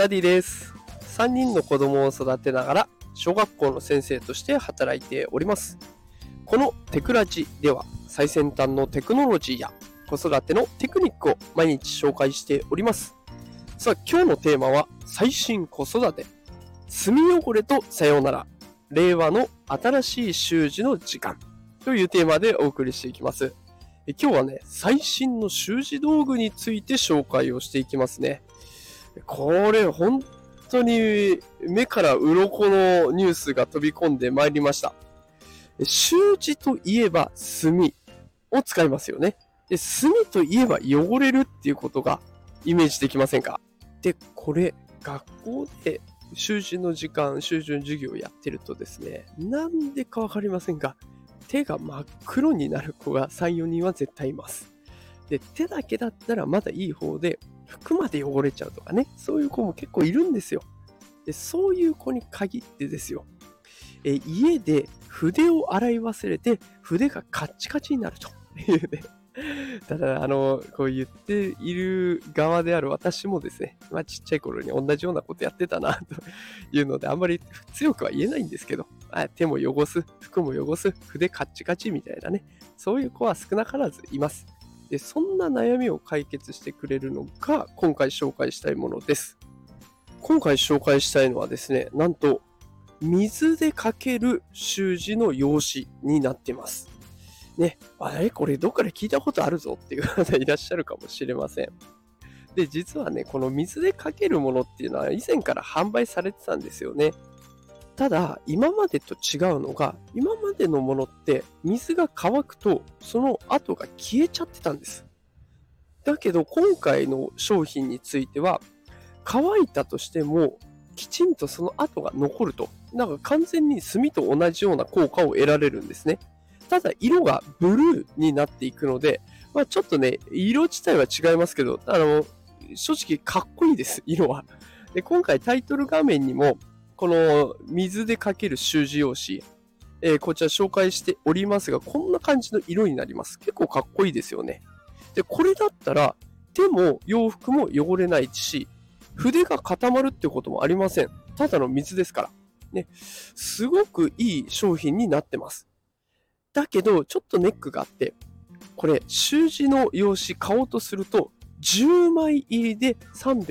ダディです。3人の子供を育てながら小学校の先生として働いております。このテクラジでは最先端のテクノロジーや子育てのテクニックを毎日紹介しております。さあ、今日のテーマは最新子育て、墨汚れとさようなら、令和の新しい習字の時間というテーマでお送りしていきます。今日はね、最新の習字道具について紹介をしていきますね。これ本当に目から鱗のニュースが飛び込んでまいりました。習字といえば墨を使いますよね。で、墨といえば汚れるっていうことがイメージできませんか？で、これ学校で習字の時間、習字の授業をやってるとですね、なんでかわかりませんが、手が真っ黒になる子が3、4人は絶対います。で、手だけだったらまだいい方で、服まで汚れちゃうとかね、そういう子も結構いるんですよ。で、そういう子に限ってですよ、家で筆を洗い忘れて、筆がカッチカチになるというね。ただ、こう言っている側である私もですね、ちっちゃい頃に同じようなことやってたな、というので、あんまり強くは言えないんですけど、手も汚す、服も汚す、筆カッチカチみたいなね、そういう子は少なからずいます。で、そんな悩みを解決してくれるのが、今回紹介したいものです。今回紹介したいのはですね、なんと、水で書ける習字の用紙になっています。ね、これどっかで聞いたことあるぞっていう方いらっしゃるかもしれません。で、実はね、この水で書けるものっていうのは以前から販売されてたんですよね。ただ、今までと違うのが、今までのものって水が乾くとその跡が消えちゃってたんです。だけど今回の商品については、乾いたとしてもきちんとその跡が残ると。だから完全に墨と同じような効果を得られるんですね。ただ色がブルーになっていくので、ちょっとね、色自体は違いますけど、正直かっこいいです、色は。で、今回タイトル画面にも、この水で書ける習字用紙、こちら紹介しておりますが、こんな感じの色になります。結構かっこいいですよね。で、これだったら手も洋服も汚れないし、筆が固まるってこともありません。ただの水ですから。ね、すごくいい商品になってます。だけど、ちょっとネックがあって、これ、習字の用紙買おうとすると、10枚入りで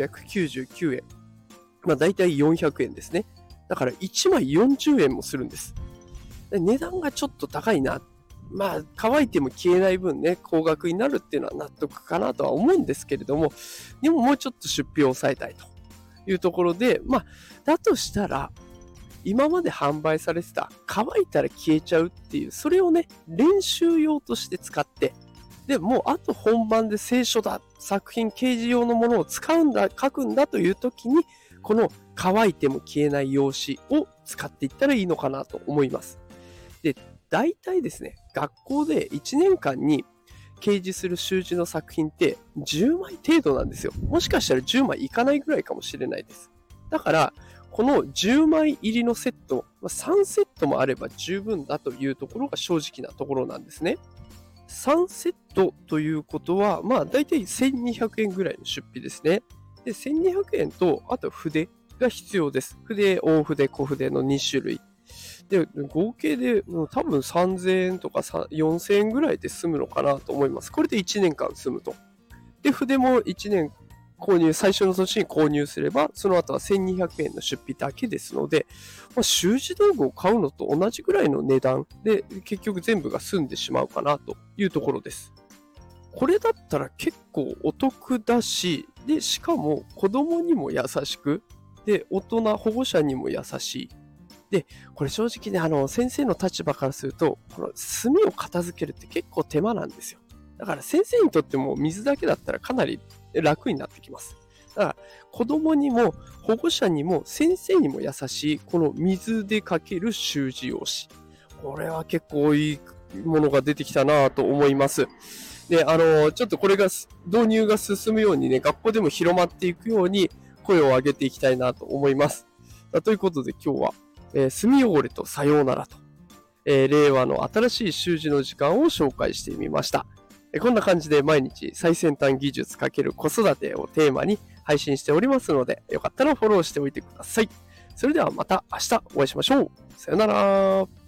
399円。だいたい400円ですね。だから1枚40円もするんです。値段がちょっと高いな。乾いても消えない分ね、高額になるっていうのは納得かなとは思うんですけれども、でももうちょっと出費を抑えたいというところで、だとしたら、今まで販売されてた乾いたら消えちゃうっていう、それをね、練習用として使って、で、もうあと本番で清書だ、作品掲示用のものを使うんだ、書くんだという時に、この乾いても消えない用紙を使っていったらいいのかなと思います。で、大体ですね、学校で1年間に掲示する習字の作品って10枚程度なんですよ。もしかしたら10枚いかないぐらいかもしれないです。だから、この10枚入りのセット、3セットもあれば十分だというところが正直なところなんですね。3セットということは、だいたい1200円ぐらいの出費ですね。で、1200円と、あと筆が必要です。筆、大筆、小筆の2種類。で、合計で多分3000円とか4000円ぐらいで済むのかなと思います。これで1年間済むと。で、筆も1年購入、最初の年に購入すれば、その後は1200円の出費だけですので、習字道具を買うのと同じぐらいの値段で、結局全部が済んでしまうかなというところです。これだったら結構お得だし、で、しかも子供にも優しく、で、大人、保護者にも優しい。で、これ正直ね、先生の立場からすると、この墨を片付けるって結構手間なんですよ。だから先生にとっても水だけだったらかなり楽になってきます。だから子供にも保護者にも先生にも優しい、この水で書ける習字用紙。これは結構いいものが出てきたなと思います。で、ちょっとこれが導入が進むようにね、学校でも広まっていくように声を上げていきたいなと思います。ということで今日は、墨汚れとさようならと、令和の新しい習字の時間を紹介してみました。こんな感じで毎日最先端技術×子育てをテーマに配信しておりますので、よかったらフォローしておいてください。それではまた明日お会いしましょう。さよなら。